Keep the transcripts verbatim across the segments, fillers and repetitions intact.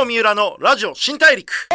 郷三浦のラジオ新大陸。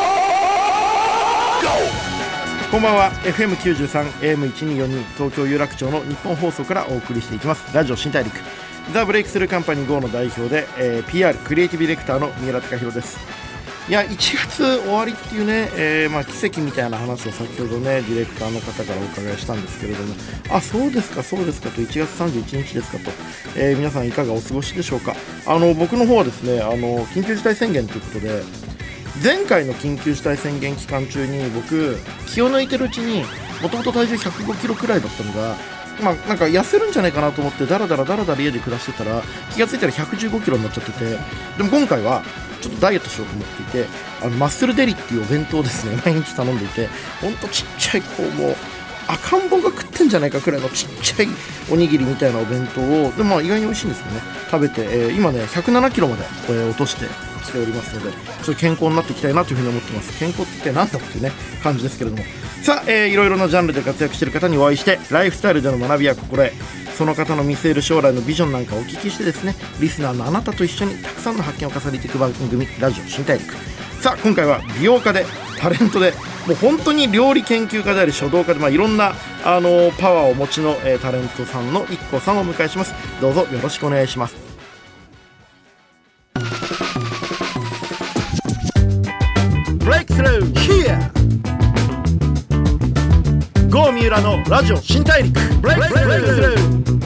こんばんは。 エフエムきゅうじゅうさん エーエムせんにひゃくよんじゅうに 東京有楽町の日本放送からお送りしていきますラジオ新大陸。ザ・ブレイクスルーカンパニー ゴー の代表で、えー、ピーアール クリエイティブディレクターの三浦貴大です。いやいちがつ終わりっていうね、えーまあ、奇跡みたいな話を先ほどねディレクターの方からお伺いしたんですけれども、あそうですかそうですかと、いちがつさんじゅういちにちですかと、えー、皆さんいかがお過ごしでしょうか。あの僕の方はですね、あの緊急事態宣言ということで、前回の緊急事態宣言期間中に僕気を抜いてるうちにもともと体重ひゃくごキロくらいだったのが、まあ、なんか痩せるんじゃないかなと思ってダラダラダラダラ家で暮らしてたら気がついたらひゃくじゅうごキロになっちゃってて、でも今回はちょっとダイエットしようと思っていて、あのマッスルデリっていうお弁当をですね毎日頼んでいて、ほんとちっちゃいこうもう赤ん坊が食ってんじゃないかくらいのちっちゃいおにぎりみたいなお弁当を、でもまあ意外に美味しいんですよね、食べて、えー、今ねひゃくななキロまでこれ落としてきておりますので、ちょっと健康になっていきたいなというふうに思ってます。健康って何だっていうね感じですけれども、さあ、えー、いろいろなジャンルで活躍している方にお会いして、ライフスタイルでの学びや心得、その方の見据える将来のビジョンなんかをお聞きしてですね、リスナーのあなたと一緒にたくさんの発見を重ねていく番組ラジオ新大陸。さあ今回は美容家でタレントでもう本当に料理研究家であり書道家で、まあ、いろんな、あのー、パワーをお持ちの、えー、タレントさんのいっこさんをお迎えします。どうぞよろしくお願いします。ブレイクスルー Here 郷三浦のラジオ新大陸。ブレイクスルー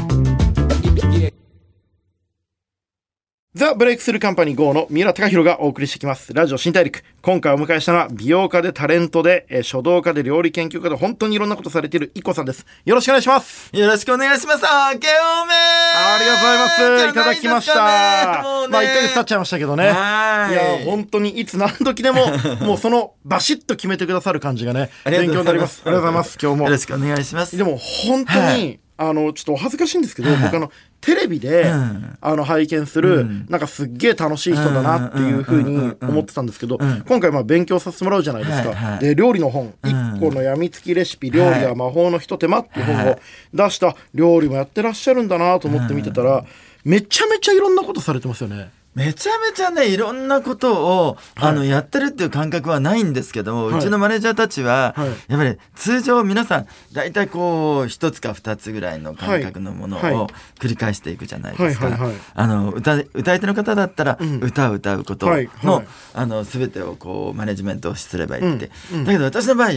ザ・ブレイクスルーカンパニー ゴー の三浦貴大がお送りしてきますラジオ新大陸。今回お迎えしたのは美容家でタレントで、えー、書道家で料理研究家で本当にいろんなことされているいっこさんです。よろしくお願いします。 よろしくお願いします。あけおめありがとうございます。いただきました。まあいっかげつ経っちゃいましたけどね。はいいや本当にいつ何時でももうそのバシッと決めてくださる感じがね勉強になります。ありがとうございます。今日もよろしくお願いします。 でも本当に、はい、あのちょっとお恥ずかしいんですけど、はい、僕あのテレビで、うん、あの拝見する、うん、なんかすっげえ楽しい人だなっていう風に思ってたんですけど、うん、今回まあ勉強させてもらうじゃないですか、はいはい、で料理の本、うん、いっこのやみつきレシピ料理は魔法のひと手間っていう本を出した料理もやってらっしゃるんだなと思って見てたら、めちゃめちゃいろんなことされてますよね。 めちゃめちゃねいろんなことを、はい、あのやってるっていう感覚はないんですけども、はい、うちのマネージャーたちは、はい、やっぱり通常皆さんだいたいこう一つか二つぐらいの感覚のものを繰り返していくじゃないですか。あの 歌, 歌い手の方だったら、うん、歌を歌うことの、はいはい、あの全てをこうマネジメントをすればいいって、うんうん、だけど私の場合、うん、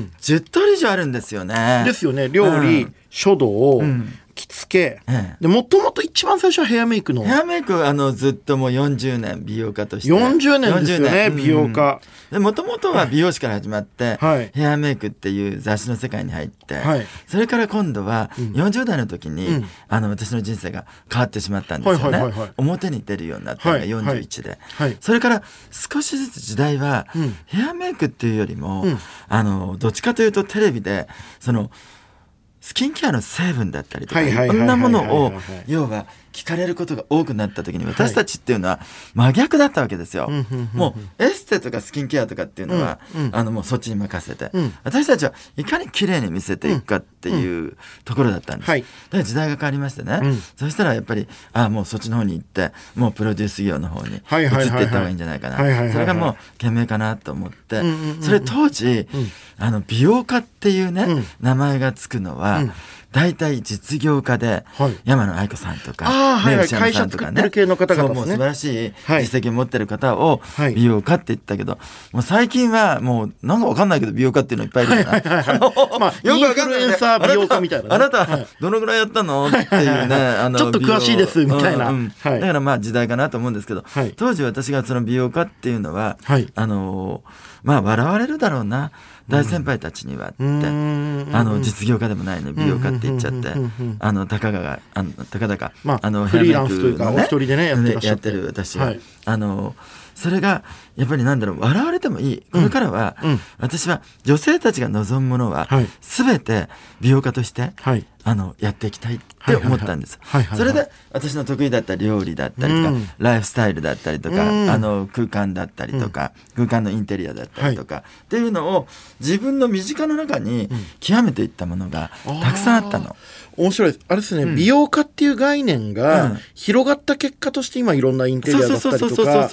じゅっとおり以上あるんですよね。 ですよね。料理、うん、書道、うん着付け、ええ、でもともと一番最初はヘアメイクのヘアメイクあのずっともうよんじゅうねん美容家としてよんじゅうねんですよね、美容家もともとは美容師から始まって、はい、ヘアメイクっていう雑誌の世界に入って、はい、それから今度はよんじゅうだいの時に、うん、あの私の人生が変わってしまったんですよね、はいはいはいはい、表に出るようになったのがよんじゅういちで、はいはいはい、それから少しずつ時代は、うん、ヘアメイクっていうよりも、うん、あのどっちかというとテレビでそのスキンケアの成分だったりとかいろんなものを要は聞かれることが多くなった時に私たちっていうのは真逆だったわけですよ、はい、もうエステとかスキンケアとかっていうのは、うんうん、あのもうそっちに任せて、うん、私たちはいかに綺麗に見せていくかっていうところだったんです、うんうん、だから時代が変わりましてね、うん、そしたらやっぱりあもうそっちの方に行ってもうプロデュース業の方に移っていった方がいいんじゃないかな、それがもう賢明かなと思って、うんうんうん、それ当時、うん、あの美容家っていうね、うん、名前がつくのは、うん大体実業家で、はい、山野愛子さんとか、 はいはい、会社作ってる系の方々ですね。 そうもう素晴らしい実績を持ってる方を美容家って言ったけど、はい、もう最近はもうなんかわかんないけど美容家っていうのいっぱいいるじゃない。はいはいはいはい、まあよくわかんない、ね、インフルエンサー美容家みたいな、ね、 あなた、はい、どのぐらいやったのっていうねあのちょっと詳しいですみたいな、 うんうんはい、だからまあ時代かなと思うんですけど、はい、当時私がその美容家っていうのは、はい、あのまあ笑われるだろうな大先輩たちにはって、うん、あの実業家でもないね美容家って言っちゃって、あのたかががあのたかだか、 まあ、 あのフリーランスというか、ね、お一人でねやってらっしゃって、 やってる私が、はい、あのそれがやっぱりなんだろう笑われてもいいこれからは、うんうん、私は女性たちが望むものは、はい、全て美容家として、はい、あのやっていきたいって思ったんです。それで私の得意だった料理だったりとか、うん、ライフスタイルだったりとか、うん、あの空間だったりとか、うん、空間のインテリアだったりとか、はい、っていうのを自分の身近の中に極めていったものがたくさんあったの。 面白いです。あれですね、うん、美容家っていう概念が広がった結果として今いろんなインテリアだったりとか、まあ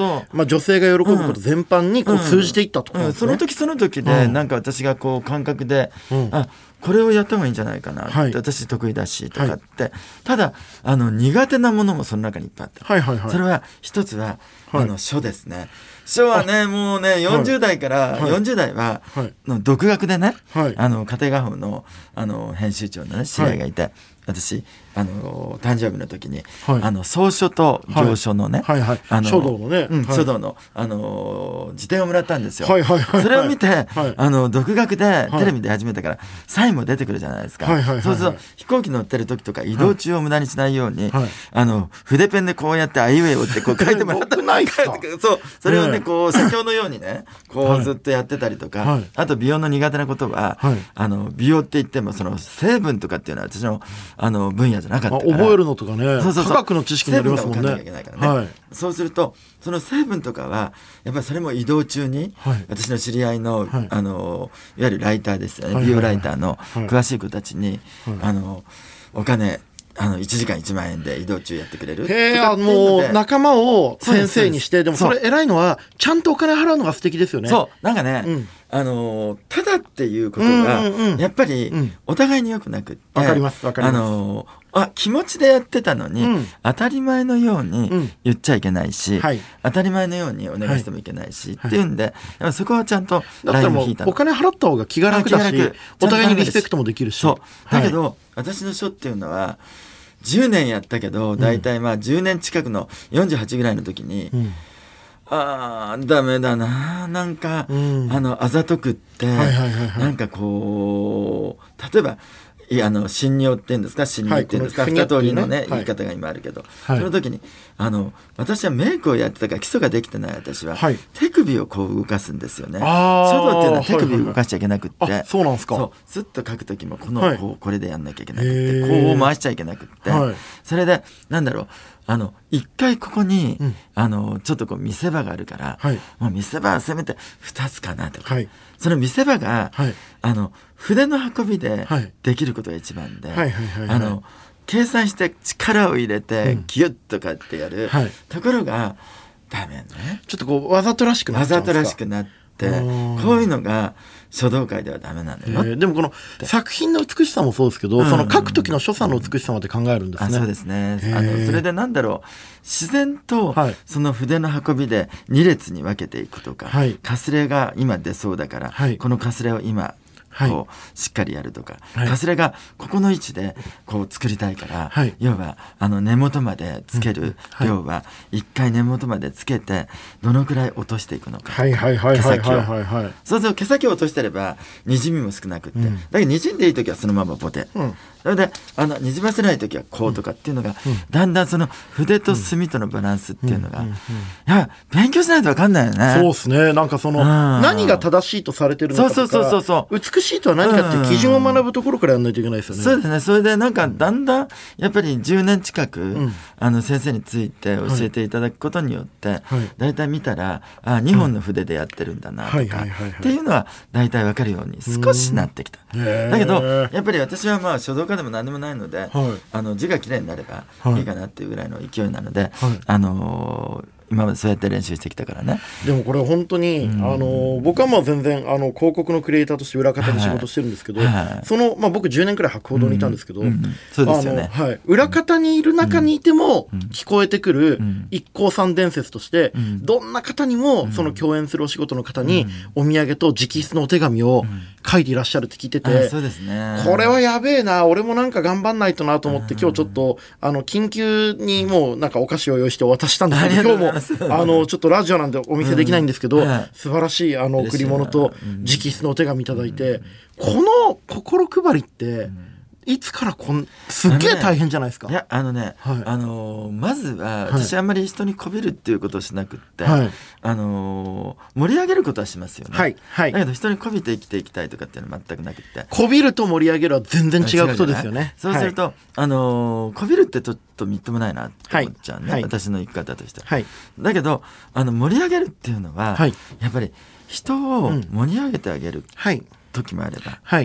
女性が喜ぶこと全般にこう通じていったとか、ね、 うんうん、その時その時で、うん、なんか私がこう感覚で、うん、あこれをやった方がいいんじゃないかなって、はい、私得意だしとかって、はい、ただあの苦手なものもその中にいっぱいあった、はいはいはい、それは一つは、はい、あの書ですね。書はねもうねよんじゅう代から、はい、よんじゅう代は、はい、の独学でね、はい、あの家庭画報の、あの編集長のね知り合いがいて、はい、私あの誕生日の時に、はい、あの草書と行書のね、はいはいはい、あの書道のね、 うんはい、書道の、あの辞典をもらったんですよ、はいはいはいはい、それを見て、はい、あの独学でテレビで始めたから、はい、サインも出てくるじゃないですか、はいはいはいはい、そうすると飛行機乗ってる時とか移動中を無駄にしないように、はい、あの筆ペンでこうやってあいうえおってこう書いてもらったないですかそうそれをねこう写経のようにねこうずっとやってたりとか、はい、あと美容の苦手なことは、はい、あの美容って言ってもその成分とかっていうのは私の、あの分野じゃなかったから覚えるのとかねそうそうそう科学の知識になりますもんね。成分が分かんなきゃいけないからね、はい、 そうするとその成分とかはやっぱりそれも移動中に、はい、私の知り合いの、はい、あのいわゆるライターですよね、はい、美容ライターの詳しい子たちに、はい、あのお金あのいちじかんいちまんえんで移動中やってくれるへえもう仲間を先生にしてでもそれ偉いのはちゃんとお金払うのが素敵ですよね。 そうなんかね、うん、あのただっていうことが、うんうんうん、やっぱりお互いに良くなくってわかりますわかります。 あのあ気持ちでやってたのに、うん、当たり前のように言っちゃいけないし、うんはい、当たり前のようにお願いしてもいけないし、はい、っていうんでそこはちゃんとラインを引いたの。 お金払った方が気が楽だしお互いにリスペクトもできるしそうだけど、はい、私の書っていうのはじゅうねんやったけどだいたいまあじゅうねん近くのよんじゅうはちぐらいの時に、うん、あーダメだななんか、うん、あのあざとくって、はいはいはいはい、なんかこう例えばいやあの信用っていうんですか信用っていうんですか、はい、二通りのね、はい、言い方が今あるけど、はい、その時にあの私はメイクをやってたから基礎ができてない私は、はい、手首をこう動かすんですよね。書道っていうのは手首を動かしちゃいけなくって、はいはいはい、 そうなんですか。 そうスッと書く時もこの、はい、こうこれでやんなきゃいけなくってこう回しちゃいけなくって、はい、それでなんだろうあの一回ここに、うん、あのちょっとこう見せ場があるから、はい、もう見せ場はせめてふたつかなとか、はい、その見せ場が、はい、あの筆の運びでできることが一番で、あの計算して力を入れてギュッとかってやる、うんはい、ところがダメね。 ちょっとこうわざとらしくなっちゃうんですか。 わざとらしくなってこういうのが書道界ではダメなんだよ。 えー、でもこの作品の美しさもそうですけど、うん、その書く時の所作の美しさまで考えるんですね。 あそうですね。あのそれでなんだろう自然とその筆の運びでに列に分けていくとか、はい、かすれが今出そうだから、はい、このかすれを今こうしっかりやるとか、はい、かすれがここの位置でこう作りたいから、はい、要はあの根元までつける量は一回根元までつけてどのくらい落としていくのか、毛先をそうすると毛先を落としてればにじみも少なくって、うん、だけどにじんでいい時はそのままボテ、うん、それであのにじませない時はこうとかっていうのが、うん、だんだんその筆と墨とのバランスっていうのが、うんうんうん、いや勉強しないと分かんないよね。 そうですね。なんかその、うん、何が正しいとされてるのかとか、そうそうそうそう美しいとは何かっていう基準を学ぶところからやらないといけないですよね。 そうですね。それでなんかだんだんやっぱりじゅうねん近く、うん、あの先生について教えていただくことによって、はい、だいたい見たらあにほんの筆でやってるんだなとか、っていうのはだいたい分かるように少しなってきた。だけどやっぱり私はまあ書道家でも何でもないので、はい、あの字がきれいになればいいかなっていうぐらいの勢いなので、はい、あのー今までそうやって練習してきたからね。 でもこれ本当に、うん、あの僕はまあ全然あの広告のクリエイターとして裏方で仕事してるんですけど、はい、その、まあ、僕じゅうねんくらい博報堂にいたんですけど、うんうん、 そうですよね、 はい、裏方にいる中にいても聞こえてくる一行さん伝説として、うん、どんな方にもその共演するお仕事の方にお土産と直筆のお手紙を書いていらっしゃるって聞いてて、 うん、そうですね、 これはやべえな俺もなんか頑張んないとなと思って今日ちょっとあの緊急にもうなんかお菓子を用意して渡したんですけど今日もあのちょっとラジオなんでお見せできないんですけど、うん、素晴らしいあの贈り物と直筆のお手紙いただいて、うん、この心配りっていつからこんすっげえ大変じゃないですか。 いやあのね、はい、あのまずは私あんまり人にこびるっていうことをしなくって、はい、あの盛り上げることはしますよね、はいはい、だけど人にこびて生きていきたいとかっていうのは全くなくって、 こびると盛り上げるは全然違うことですよね。 そうすると、はい、あのこびるってちょっとみっともないなって思っちゃうね、はい、私の生き方として、はい、だけどあの盛り上げるっていうのは、はい、やっぱり人を盛り上げてあげる時もあれば、はい、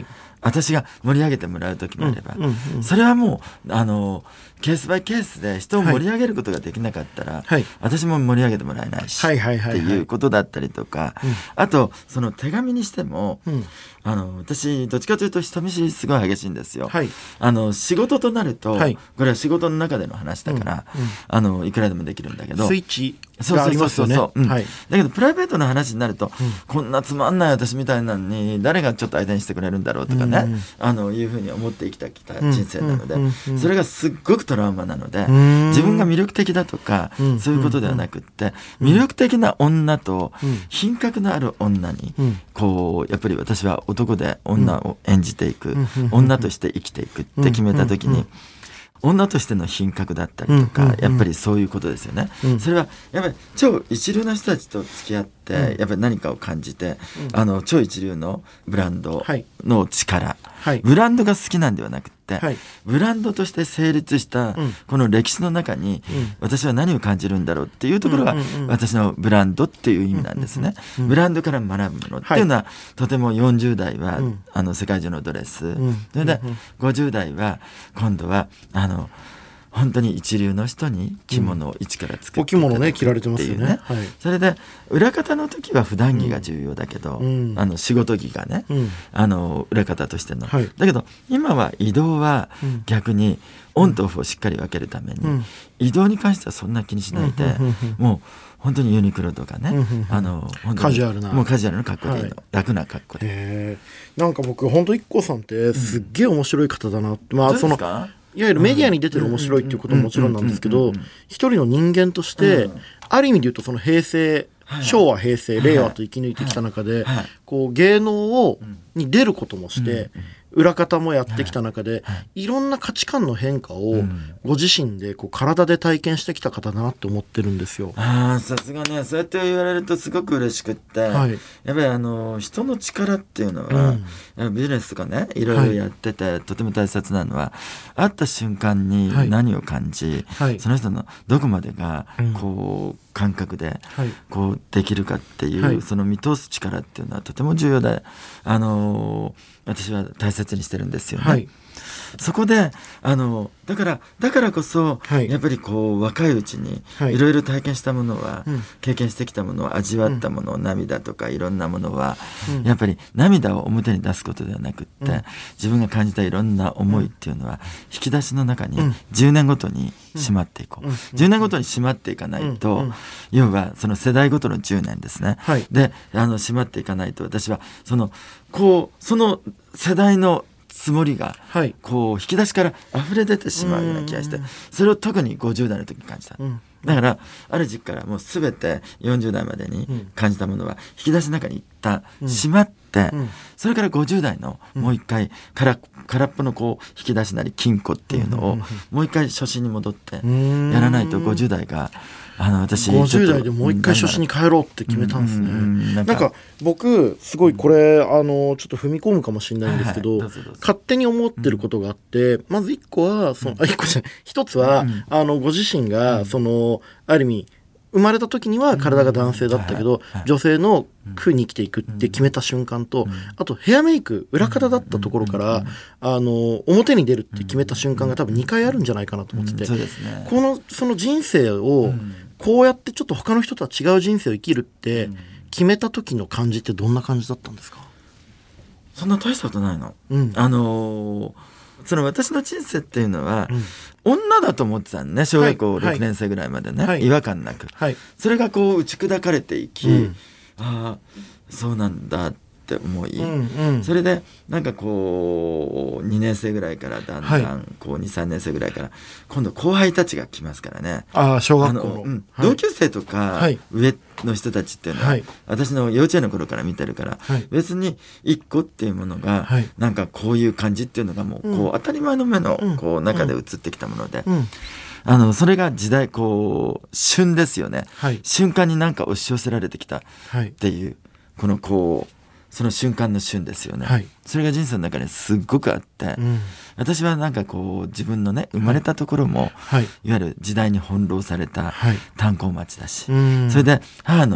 私が盛り上げてもらう時もあれば、 うんうんうん、 それはもうあのケースバイケースで人を盛り上げることができなかったら、はい、私も盛り上げてもらえないし、はいはいはいはい、っていうことだったりとか、うん、あとその手紙にしても、うん、あの私どっちかというと人見知りすごい激しいんですよ、はい、あの仕事となると、はい、これは仕事の中での話だから、うんうん、あのいくらでもできるんだけどスイッチがありますよね。 そうそうそうそう、うん、はい、だけどプライベートの話になると、うん、こんなつまんない私みたいなのに誰がちょっと相手にしてくれるんだろうとかね、うん、あのいうふうに思って生きてきた人生なので、うんうん、それがすっごくトラウマなので、自分が魅力的だとか、うん、そういうことではなくって、うん、魅力的な女と品格のある女に、うん、こうやっぱり私は男で女を演じていく、うん、女として生きていくって決めた時に、うん、女としての品格だったりとか、うんうんうん、やっぱりそういうことですよね、うん、それはやっぱり超一流の人たちと付き合って、うん、やっぱり何かを感じて、うん、あの超一流のブランドの力、はい、ブランドが好きなんではなくて、はい、ブランドとして成立したこの歴史の中に、うん、私は何を感じるんだろうっていうところが、うんうんうん、私のブランドっていう意味なんですね、うんうんうん、ブランドから学ぶものっていうのは、はい、とてもよんじゅう代は、うん、あの世界中のドレス、うん、それでごじゅう代は今度はあの本当に一流の人に着物を一から作っていただくっていう、ね、 お着物ね着られてますよね、はい、 それで裏方の時は普段着が重要だけど、うん、あの仕事着がね、うん、あの裏方としての、はい、だけど今は移動は逆にオンとオフをしっかり分けるために、うん、移動に関してはそんな気にしないで、うん、もう本当にユニクロとかね、うん、あの本当にカジュアルなもうカジュアルな格好でいいの、はい、楽な格好で。 へー、なんか僕本当 IKKO さんってすっげえ面白い方だなって、うん、まあそのいわゆるメディアに出てる面白いっていうことももちろんなんですけど、一人の人間として、うん、ある意味で言うとその平成、はい、昭和平成令和と生き抜いてきた中で、はいはい、こう芸能をに出ることもして、うん、裏方もやってきた中で、はい、いろんな価値観の変化をご自身でこう体で体験してきた方だなって思ってるんですよ。 ああ、さすがね、そうやって言われるとすごく嬉しくって、はい、やっぱりあの人の力っていうのは、うん、ビジネスとかねいろいろやってて、はい、とても大切なのは会った瞬間に何を感じ、はい、その人のどこまでがこう、うん、感覚でこうできるかっていう、はい、その見通す力っていうのはとても重要で、あの私は大切にしてるんですよね、はい、そこであのだからだからこそ、はい、やっぱりこう若いうちにいろいろ体験したものは、はい、経験してきたものを味わったもの、うん、涙とかいろんなものは、うん、やっぱり涙を表に出すことではなくって、うん、自分が感じたいろんな思いっていうのは、うん、引き出しの中にじゅうねんごとにしまっていこう、うん、じゅうねんごとにしまっていかないと、うん、要はその世代ごとのじゅうねんですね、はい、であのしまっていかないと私はそのこうその世代のつもりがこう引き出しから溢れ出てしまうような気がして、それを特にごじゅう代の時に感じた、うん、だからある時期からもう全てよんじゅう代までに感じたものは引き出しの中に一旦しまって、うん、それからごじゅう代のもう一回空空っぽのこう引き出しなり金庫っていうのをもう一回初心に戻ってやらないとごじゅう代があの私ごじゅう代でもう一回初心に帰ろうって決めたんですね。うんうん、なんか、なんか僕すごいこれ、うん、あのちょっと踏み込むかもしれないんですけど、はいはい、どうぞどうぞ勝手に思ってることがあって、うん、まず一個はその、うん、あ一個じゃない一つは、うん、あのご自身が、うん、そのある意味生まれた時には体が男性だったけど、うん、女性の風に生きていくって決めた瞬間と、うん、あとヘアメイク裏方だったところから、うん、あの表に出るって決めた瞬間が多分にかいあるんじゃないかなと思ってて、うんうん、そうですね、このその人生をこうやってちょっと他の人とは違う人生を生きるって決めた時の感じってどんな感じだったんですか？ そんな大したことないの、うん、あのーその私の人生っていうのは、うん、女だと思ってたのね、小学校ろくねん生ぐらいまでね、はい、違和感なく、はい、それがこう打ち砕かれていき、うん、ああそうなんだって思い、うんうん、それでなんかこうにねん生ぐらいからだんだんこうにさんねん生ぐらいから今度後輩たちが来ますからね、 あ小学校の、 うん、同級生とか上の人たちっていうのは、はい、私の幼稚園の頃から見てるから、はい、別に一個っていうものが、はい、なんかこういう感じっていうのがもうこう、うん、当たり前の目のこう中で映ってきたもので、うんうん、あのそれが時代こう旬ですよね、はい、瞬間になんか押し寄せられてきたっていう、はい、このこうその瞬間の瞬ですよね、はい、それが人生の中にすっごくあって、うん、私はなんかこう自分のね生まれたところも、はい、いわゆる時代に翻弄された炭鉱町だし、はい、それで母の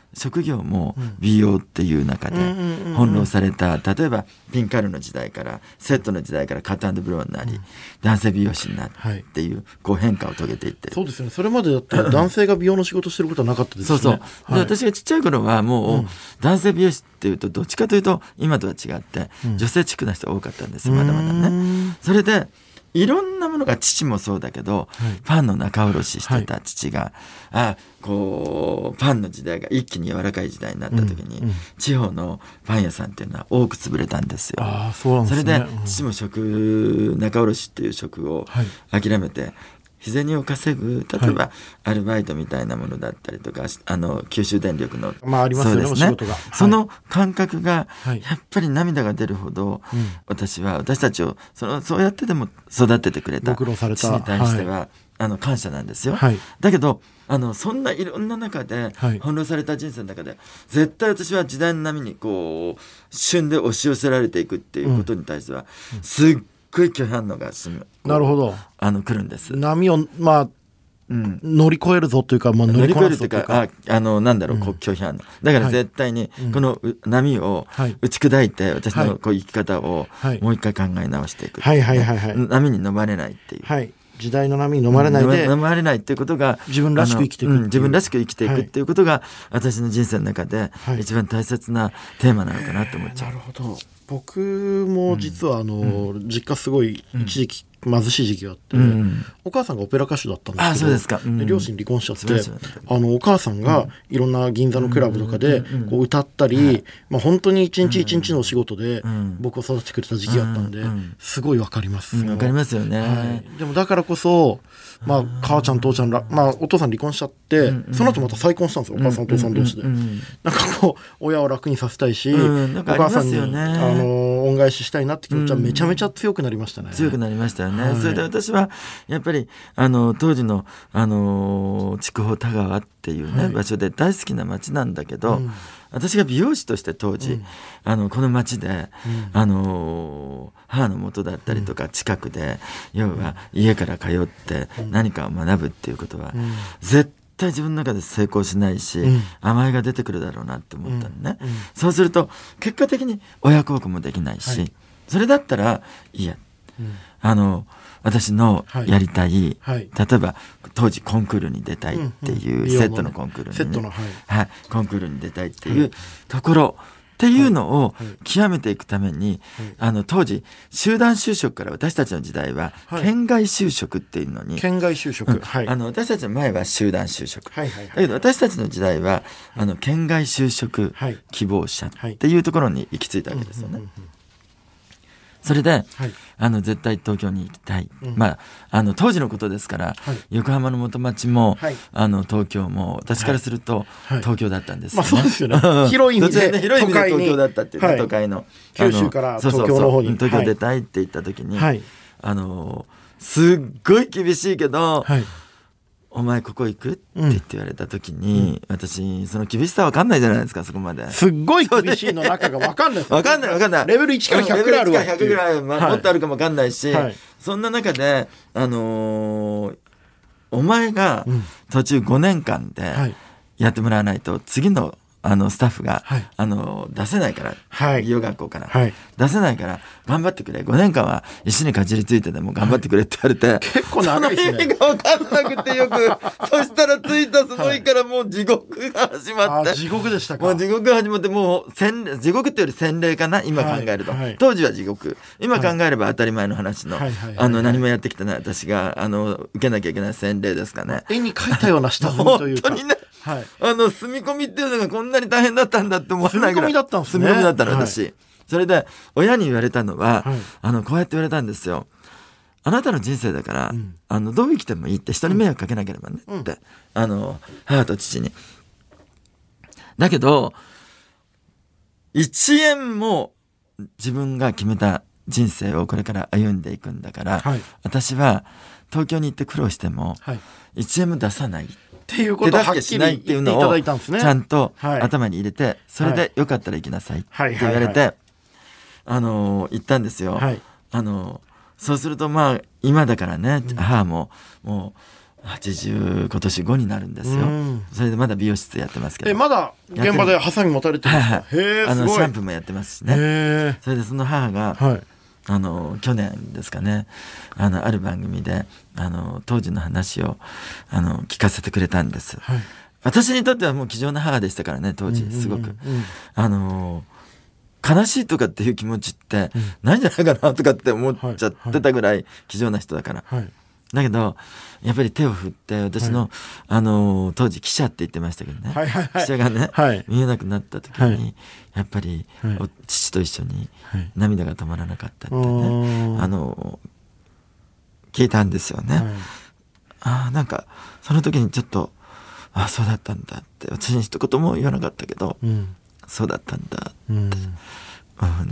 職業も美容っていう中で翻弄された、例えばピンカルの時代からセットの時代からカット&ブローになり、うん、男性美容師になっていう、こう変化を遂げていってる。 そうですよね。それまでだって男性が美容の仕事してることはなかったですよね。 そうそう、はい、で私がちっちゃい頃はもう、うん、男性美容師っていうとどっちかというと今とは違って、うん、女性チックな人が多かったんですよ、まだまだね。それでいろんなものが、父もそうだけど、はい、パンの仲卸してた父が、はい、あこうパンの時代が一気に柔らかい時代になった時に、うんうん、地方のパン屋さんっていうのは多く潰れたんですよ。 あ、そうなんですね。 それで、うん、父も食仲卸っていう職を諦めて、はい、日銭を稼ぐ、例えば、はい、アルバイトみたいなものだったりとか、あの九州電力の、 まあありますよね、そうですね、お仕事が、はい、 その感覚がやっぱり涙が出るほど、はい、私は私たちをそのそうやってでも育ててくれた父に対しては、はい、あの感謝なんですよ、はい、だけどあのそんないろんな中で、はい、翻弄された人生の中で絶対私は時代の波にこう旬で押し寄せられていくっていうことに対しては、うんうん、すっごい拒否反応がなるほどあの来るんです。 波を、まあうん、乗り越えるぞというか、まあ、乗り越えるというか、 ああのなんだろう、うん、拒否反応だから絶対にこの波を打ち砕いて、私のこう生き方をもう一回考え直していく、はいはいはいはい、波に飲まれないっていう、はい、 時代の波に飲まれないで、 うん、飲まれないっていうことが自分らしく生きていく、 うん、自分らしく生きていくっていうことが、はい、私の人生の中で一番大切なテーマなのかなと思っちゃう、 えー、なるほど。僕も実はあの、うん、実家すごい一時期貧しい時期があって、うん、お母さんがオペラ歌手だったんですけど、あ、そうですか、うん、で両親離婚しちゃって、あのお母さんがいろんな銀座のクラブとかでこう歌ったり、うん、まあ、本当に一日一日のお仕事で僕を育ててくれた時期があったんで、すごいわかります。 わ、うん、かりますよね、 はい、でもだからこそ、まあ、母ちゃん父ちゃんら、まあ、お父さん離婚しちゃって、うんうん、その後また再婚したんですよ、お母さんお父さん同士で、うんうんうん、なんかこう親を楽にさせたいし、うん、お母さんに、ね、あの恩返ししたいなって気持ちはめちゃめちゃ強くなりましたね、うん、 強くなりましたよね、はい、それで私はやっぱりあの当時の、あの筑豊田川っていう、ね、はい、場所で大好きな町なんだけど、うん、私が美容師として当時、うん、あのこの町で、うん、あの母の元だったりとか近くで、うん、要は家から通って何かを学ぶっていうことは、うん、絶対自分の中で成功しないし、うん、甘えが出てくるだろうなって思ったのね、うんうん、そうすると結果的に親孝行もできないし、はい、それだったらいいや、うん、あの私のやりたい、はいはい、例えば当時コンクールに出たいっていう、うんうん、セットのコンクールに、ね、セットの、はいはい、コンクールに出たいっていうところ、はい、っていうのを極めていくために、はいはい、あの当時集団就職から私たちの時代は、はい、県外就職っていうのに県外就職、うんはい、 あの私たちの前は集団就職、はいはいはい、だけど私たちの時代はあの県外就職希望者っていうところに行き着いたわけですよね、はいはいうんうんうん、それで、はい、あの絶対東京に行きたい、うん、まあ、あの当時のことですから、はい、横浜の元町も、はい、あの東京も私からすると、はい、東京だったんですよね、 まあ、そうですよね広い意味で、 ね、広い意味で東京だったっていう、ね、都会の九州から東京の方にそうそうそう東京出たいって言った時に、はい、あのすっごい厳しいけど、はい、お前ここ行くって言って言われた時に、うん、私その厳しさ分かんないじゃないですか。そこまですっごい厳しいの中が分かんない分かんない分かんないレベルいちからひゃくぐらいあるわレベルいちからひゃくぐらい、まあはい、もっとあるかも分かんないし、はい、そんな中であのー、お前が途中ごねんかんでやってもらわないと次のあのスタッフが、はい、あの出せないから、はい、美容学校から、はい、出せないから頑張ってくれごねんかんは石にかじりついてでも頑張ってくれって言われて、はい、 結構長いですね。 その意味が分かんなくてよくそしたらついたその日からもう地獄が始まって、 はい、地獄でしたか。 もう地獄が始まってもう洗礼地獄っていうより洗礼かな今考えると、はいはい、当時は地獄今考えれば当たり前の話の、はい、あの何もやってきてない私があの受けなきゃいけない洗礼ですかね。 絵に描いたような下積みというか本当にね、はい、あの住み込みっていうのがこんなに大変だったんだって思わないぐらい住み込みだったんですね。 住み込みだったの私、はい、それで親に言われたのは、はい、あのこうやって言われたんですよ。あなたの人生だから、うん、あのどう生きてもいいって人に迷惑かけなければね、うん、ってあの母と父に。だけどいちえんも自分が決めた人生をこれから歩んでいくんだから、はい、私は東京に行って苦労しても、はい、いちえんも出さないっていうことをはっきり言っていただいたんですね。 ちゃんと頭に入れて、はい、それでよかったら行きなさいって言われて、はいはいはいはい、あのー、行ったんですよ、はい、あのー、そうするとまあ今だからね、うん、母ももうはちじゅう今年ごになるんですよ。それでまだ美容室やってますけど。 えまだ現場でハサミ持たれてるんですか？ はいはい、へー、すごい。あのシャンプーもやってますしね。へそれでその母が、はい、あの去年ですかね、あのある番組であの当時の話をあの聞かせてくれたんです、はい、私にとってはもう貴重な母でしたからね当時すごく、うんうんうんうん、あの悲しいとかっていう気持ちってないんじゃないかなとかって思っちゃってたぐらい貴重な人だから、はいはい、だけどやっぱり手を振って私の、はい、あの当時記者って言ってましたけどね、はいはいはい、記者がね、はい、見えなくなった時に、はい、やっぱり、はい、父と一緒に涙が止まらなかったってね、はい、あの聞いたんですよね、はい、あなんかその時にちょっとあそうだったんだって私に一言も言わなかったけど、うん、そうだったんだって、うんうん、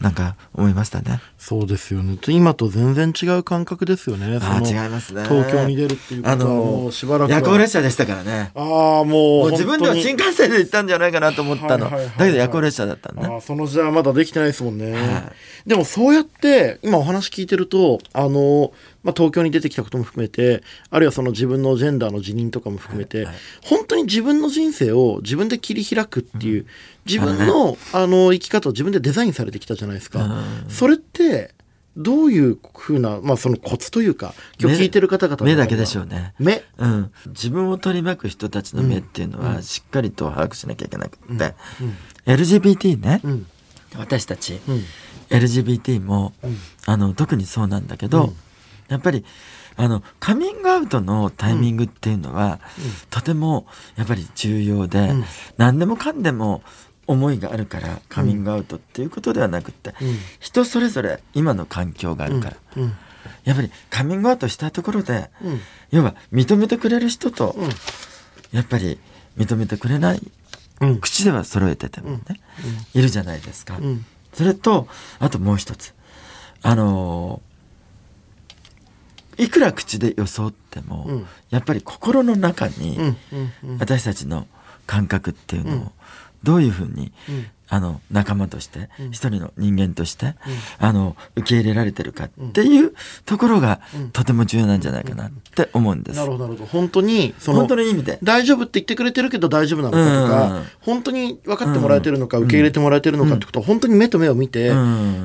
なんか思いましたね。 そうですよね。今と全然違う感覚ですよね。 あ違いますね。 東京に出るっていうことはもうしばらく夜行列車でしたからね。 ああもう、もう自分では新幹線で行ったんじゃないかなと思ったの、はいはいはいはい、だけど夜行列車だったんだ。 あその時代はまだできてないですもんね、はい、でもそうやって今お話聞いてるとあのまあ、東京に出てきたことも含めてあるいはその自分のジェンダーの辞任とかも含めて、はいはい、本当に自分の人生を自分で切り開くっていう、うん、自分の、ね、あの生き方を自分でデザインされてきたじゃないですか、うん、それってどういうふうな、まあ、そのコツというか今日聞いてる方々 目だけでしょうね。 目、 うん、自分を取り巻く人たちの目っていうのはしっかりと把握しなきゃいけなくて、うんうん、エルジービーティー ね、うん、私たち、うん、エルジービーティー も、うん、あの特にそうなんだけど、うんやっぱりあのカミングアウトのタイミングっていうのは、うん、とてもやっぱり重要で、うん、何でもかんでも思いがあるからカミングアウトっていうことではなくて、うん、人それぞれ今の環境があるから、うんうん、やっぱりカミングアウトしたところで、うん、要は認めてくれる人と、うん、やっぱり認めてくれない、うん、口では揃えててもね、うん、いるじゃないですか、うん、それとあともう一つあのーいくら口で装っても、うん、やっぱり心の中に私たちの感覚っていうのをどういうふうに、うん、あの仲間として、うん、一人の人間として、うん、あの受け入れられてるかっていうところが、うん、とても重要なんじゃないかなって思うんです。 なるほどなるほど。本当にその本当の意味で大丈夫って言ってくれてるけど大丈夫なのかとか、うん、本当に分かってもらえてるのか、うん、受け入れてもらえてるのかってことを本当に目と目を見て、うん、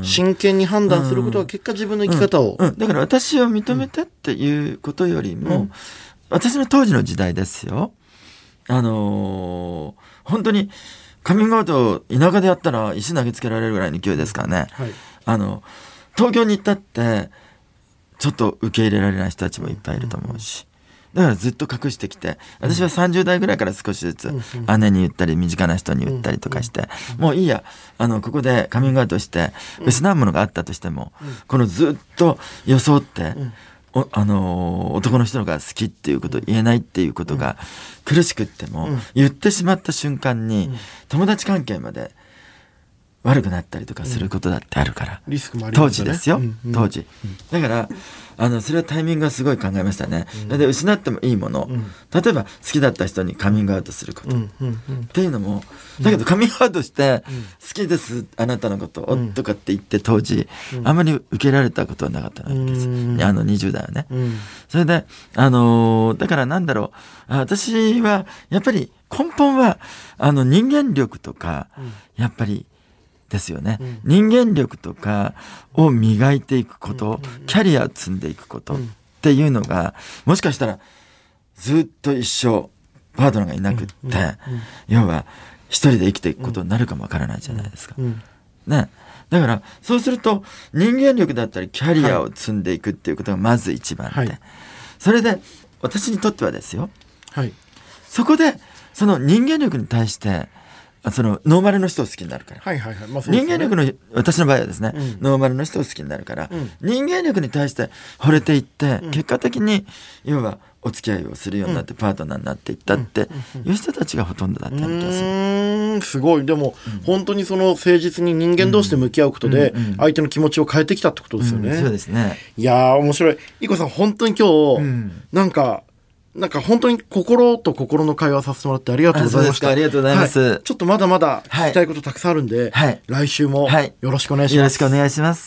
真剣に判断することが結果自分の生き方を、 うんうん、だから私を認めてっていうことよりも、うん、私の当時の時代ですよ。あのー、本当にカミングアウト田舎でやったら石投げつけられるぐらいの勢いですからね、はい、あの東京に行ったってちょっと受け入れられない人たちもいっぱいいると思うし、だからずっと隠してきて、私はさんじゅう代ぐらいから少しずつ姉に言ったり身近な人に言ったりとかして、もういいや、あのここでカミングアウトして失うものがあったとしても、このずっと装っておあのー、男の人のが好きっていうことを言えないっていうことが苦しくっても、言ってしまった瞬間に友達関係まで悪くなったりとかすることだってあるから、 リスクもありますよね。 当時ですよ、うんうん、当時だからあのそれはタイミングがすごい考えましたね、うん、で失ってもいいもの、うん、例えば好きだった人にカミングアウトすること、うんうんうん、っていうのもだけどカミングアウトして、うん、好きですあなたのことを、うん、とかって言って当時、うん、あまり受けられたことはなかったわけです、うん、あのにじゅう代はね、うん、それであのー、だからなんだろう、私はやっぱり根本はあの人間力とか、うん、やっぱりですよね、うん、人間力とかを磨いていくこと、うん、キャリアを積んでいくことっていうのがもしかしたらずっと一生パートナーがいなくって、うんうんうん、要は一人で生きていくことになるかもわからないじゃないですか、うんうん、ね、だからそうすると人間力だったりキャリアを積んでいくっていうことがまず一番で、はい、それで私にとってはですよ、はい、そこでその人間力に対してそのノーマルの人を好きになるから、はいはいはい、まあそうですね、人間力の私の場合はですね、うん、ノーマルの人を好きになるから、うん、人間力に対して惚れていって、うん、結果的に要はお付き合いをするようになって、うん、パートナーになっていったっていう人たちがほとんどだったような気がする。うーん、すごい。でも、うん、本当にその誠実に人間同士で向き合うことで、うん、相手の気持ちを変えてきたってことですよね、 うん、そうですね。 いやー面白い。いこさん本当に今日、うん、なんかなんか本当に心と心の会話させてもらってありがとうございました。 あ, ありがとうございます、 はい、ちょっとまだまだ聞きたいことたくさんあるんで、はい、来週もよろしくお願いします、はい、 よろしくお願いします。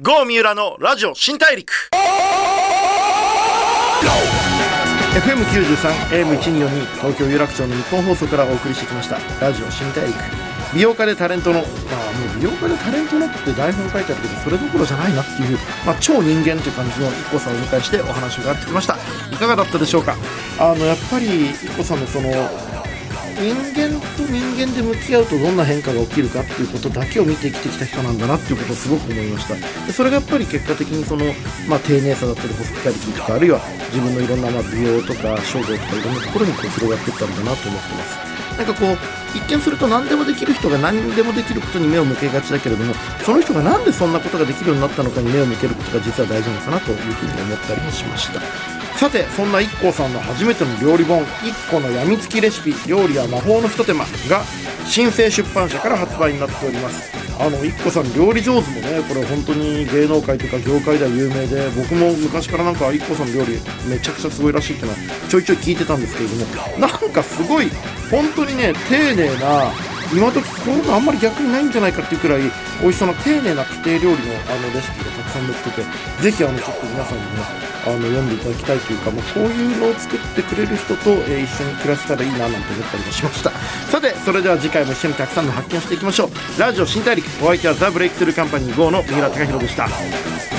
郷三浦のラジオ新大陸 エフエムきゅうじゅうさん エーエムせんにひゃくよんじゅうに 東京有楽町の日本放送からお送りしてきましたラジオ新大陸。美容家でタレントの、まあ、もう美容家でタレントのって台本書いてあるけどそれどころじゃないなっていう、まあ、超人間という感じの IKKO さんをお迎えしてお話を伺ってきました。いかがだったでしょうか。あのやっぱり IKKO さんのその人間と人間で向き合うとどんな変化が起きるかっていうことだけを見て生きてきた人なんだなっていうことをすごく思いました。でそれがやっぱり結果的にその、まあ、丁寧さだったりホスピタリティとかあるいは自分のいろんなまあ美容とか商業とかいろんなところにこう広がっていったんだなと思ってます。なんかこう一見すると何でもできる人が何でもできることに目を向けがちだけれどもその人がなんでそんなことができるようになったのかに目を向けることが実は大事なのかなというふうに思ったりもしました。さてそんな IKKO さんの初めての料理本 IKKO のやみつきレシピ料理は魔法のひと手間が新生出版社から発売になっております。あの IKKO さん料理上手もねこれ本当に芸能界とか業界では有名で僕も昔からなんか IKKO さんの料理めちゃくちゃすごいらしいっていうのはちょいちょい聞いてたんですけれどもなんかすごい本当にね丁寧な今時こういうのあんまり逆にないんじゃないかっていうくらい美味しさの丁寧な家庭料理のあのレシピがたくさん載っててぜひあのちょっと皆さんにねあの読んでいただきたいというか、まあ、こういうのを作ってくれる人と、えー、一緒に暮らせたらいいななんて思ったりもしました。さてそれでは次回も一緒にたくさんの発見をしていきましょう。ラジオ新大陸お相手はザ・ブレイクスルーカンパニー ゴー の三浦貴大でした。